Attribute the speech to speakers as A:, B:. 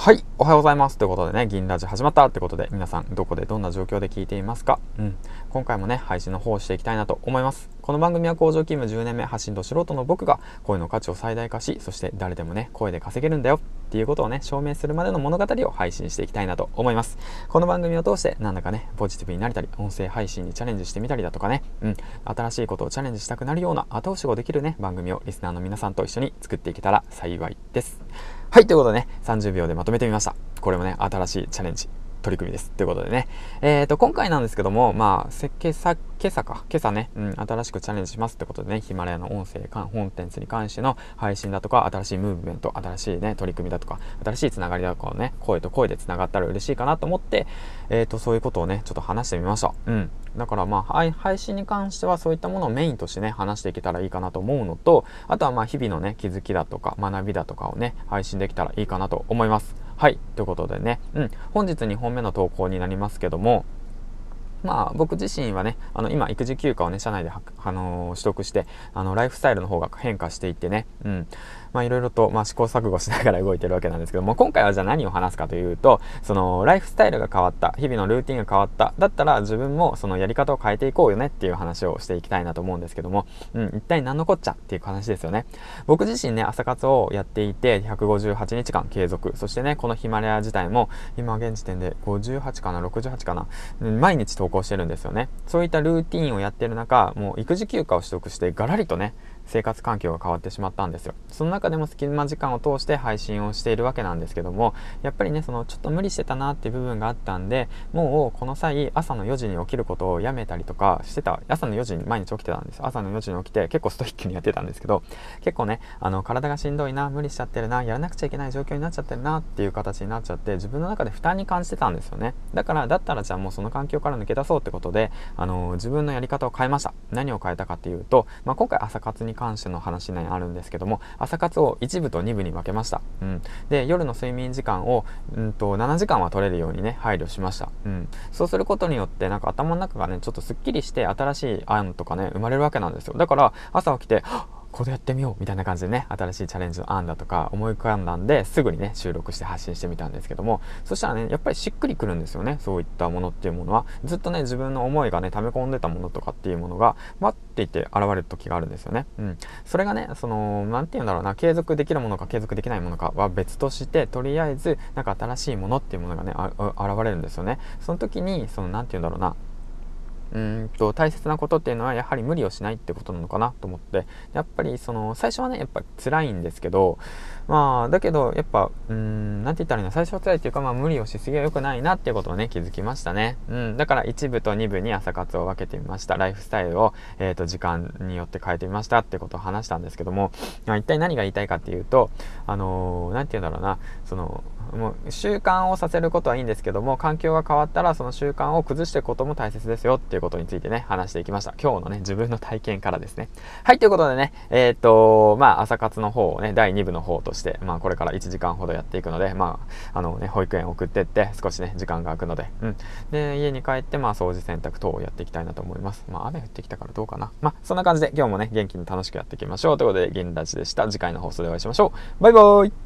A: はい、おはようございます。ということでね、銀ラジ始まったってことで、皆さんどこでどんな状況で聞いていますか？今回もね、配信の方をしていきたいなと思います。この番組は工場勤務10年目、発信と素人の僕が声の価値を最大化し、そして誰でもね、声で稼げるんだよっていうことをね、証明するまでの物語を配信していきたいなと思います。この番組を通して、なんだかね、ポジティブになれたり、音声配信にチャレンジしてみたりだとかね、新しいことをチャレンジしたくなるような後押しができるね、番組をリスナーの皆さんと一緒に作っていけたら幸いです。はい、ということでね、30秒でまとめてみました。これもね、新しいチャレンジ、取り組みです。ということでね。今回なんですけども、今朝ね、新しくチャレンジしますってことでね、ヒマラヤの音声コンテンツに関しての配信だとか、新しいムーブメント、新しいね、取り組みだとか、新しいつながりだとかをね、声と声でつながったら嬉しいかなと思って、そういうことをね、ちょっと話してみました。だから配信に関してはそういったものをメインとしてね、話していけたらいいかなと思うのと、あとは日々のね、気づきだとか、学びだとかをね、配信できたらいいかなと思います。はい。ということでね、本日2本目の投稿になりますけども、僕自身はね、今育児休暇をね、社内で取得して、ライフスタイルの方が変化していってね、いろいろと、試行錯誤しながら動いてるわけなんですけども、今回はじゃあ何を話すかというと、そのライフスタイルが変わった、日々のルーティンが変わった、だったら自分もそのやり方を変えていこうよねっていう話をしていきたいなと思うんですけども、一体何のこっちゃっていう話ですよね。僕自身ね、朝活をやっていて、158日間継続、そしてね、このヒマラヤ自体も、今現時点で58かな、68かな、毎日投稿してるんですよね。そういったルーティンをやってる中、もう育児休暇を取得してガラリとね、生活環境が変わってしまったんですよ。その中でも隙間時間を通して配信をしているわけなんですけども、やっぱりね、そのちょっと無理してたなっていう部分があったんで、もうこの際朝の4時に起きることをやめたりとかしてた。朝の4時に毎日起きてたんです。朝の4時に起きて結構ストイックにやってたんですけど、結構ね、体がしんどいな、無理しちゃってるな、やらなくちゃいけない状況になっちゃってるなっていう形になっちゃって、自分の中で負担に感じてたんですよね。だったらじゃあもうその環境から抜け出そうってことで、自分のやり方を変えました。何を変えたかっていうと、今回朝活に関しての話になるんですけども、朝活を1部と2部に分けました。で、夜の睡眠時間を7時間は取れるようにね、配慮しました。そうすることによってなんか頭の中がね、ちょっとすっきりして新しい案とかね、生まれるわけなんですよ。だから朝起きてこれやってみようみたいな感じでね、新しいチャレンジの案だとか思い浮かんだんで、すぐにね、収録して発信してみたんですけども、そしたらね、やっぱりしっくりくるんですよね。そういったものっていうものは、ずっとね、自分の思いがね、溜め込んでたものとかっていうものが待っていて現れる時があるんですよね。それがね、なんていうんだろうな、継続できるものか継続できないものかは別として、とりあえずなんか新しいものっていうものがね、現れるんですよね。その時になんていうんだろうな、大切なことっていうのはやはり無理をしないってことなのかなと思って、やっぱり最初はね、やっぱ辛いんですけど、だけどやっぱなんて言ったらいいの、最初は辛いっていうか、無理をしすぎは良くないなっていうことをね、気づきましたね。だから1部と2部に朝活を分けてみました。ライフスタイルを時間によって変えてみましたってことを話したんですけども、一体何が言いたいかっていうと、なんて言うんだろうな、もう習慣をさせることはいいんですけども、環境が変わったらその習慣を崩していくことも大切ですよっていうことについてね、話していきました。今日のね、自分の体験からですね。はい、ということでね、朝活の方をね、第2部の方として、これから1時間ほどやっていくので、保育園送ってって少しね、時間が空くので、で、家に帰って掃除洗濯等をやっていきたいなと思います。雨降ってきたからどうかな。そんな感じで今日もね、元気に楽しくやっていきましょうということで、銀ラジでした。次回の放送でお会いしましょう。バイバーイ。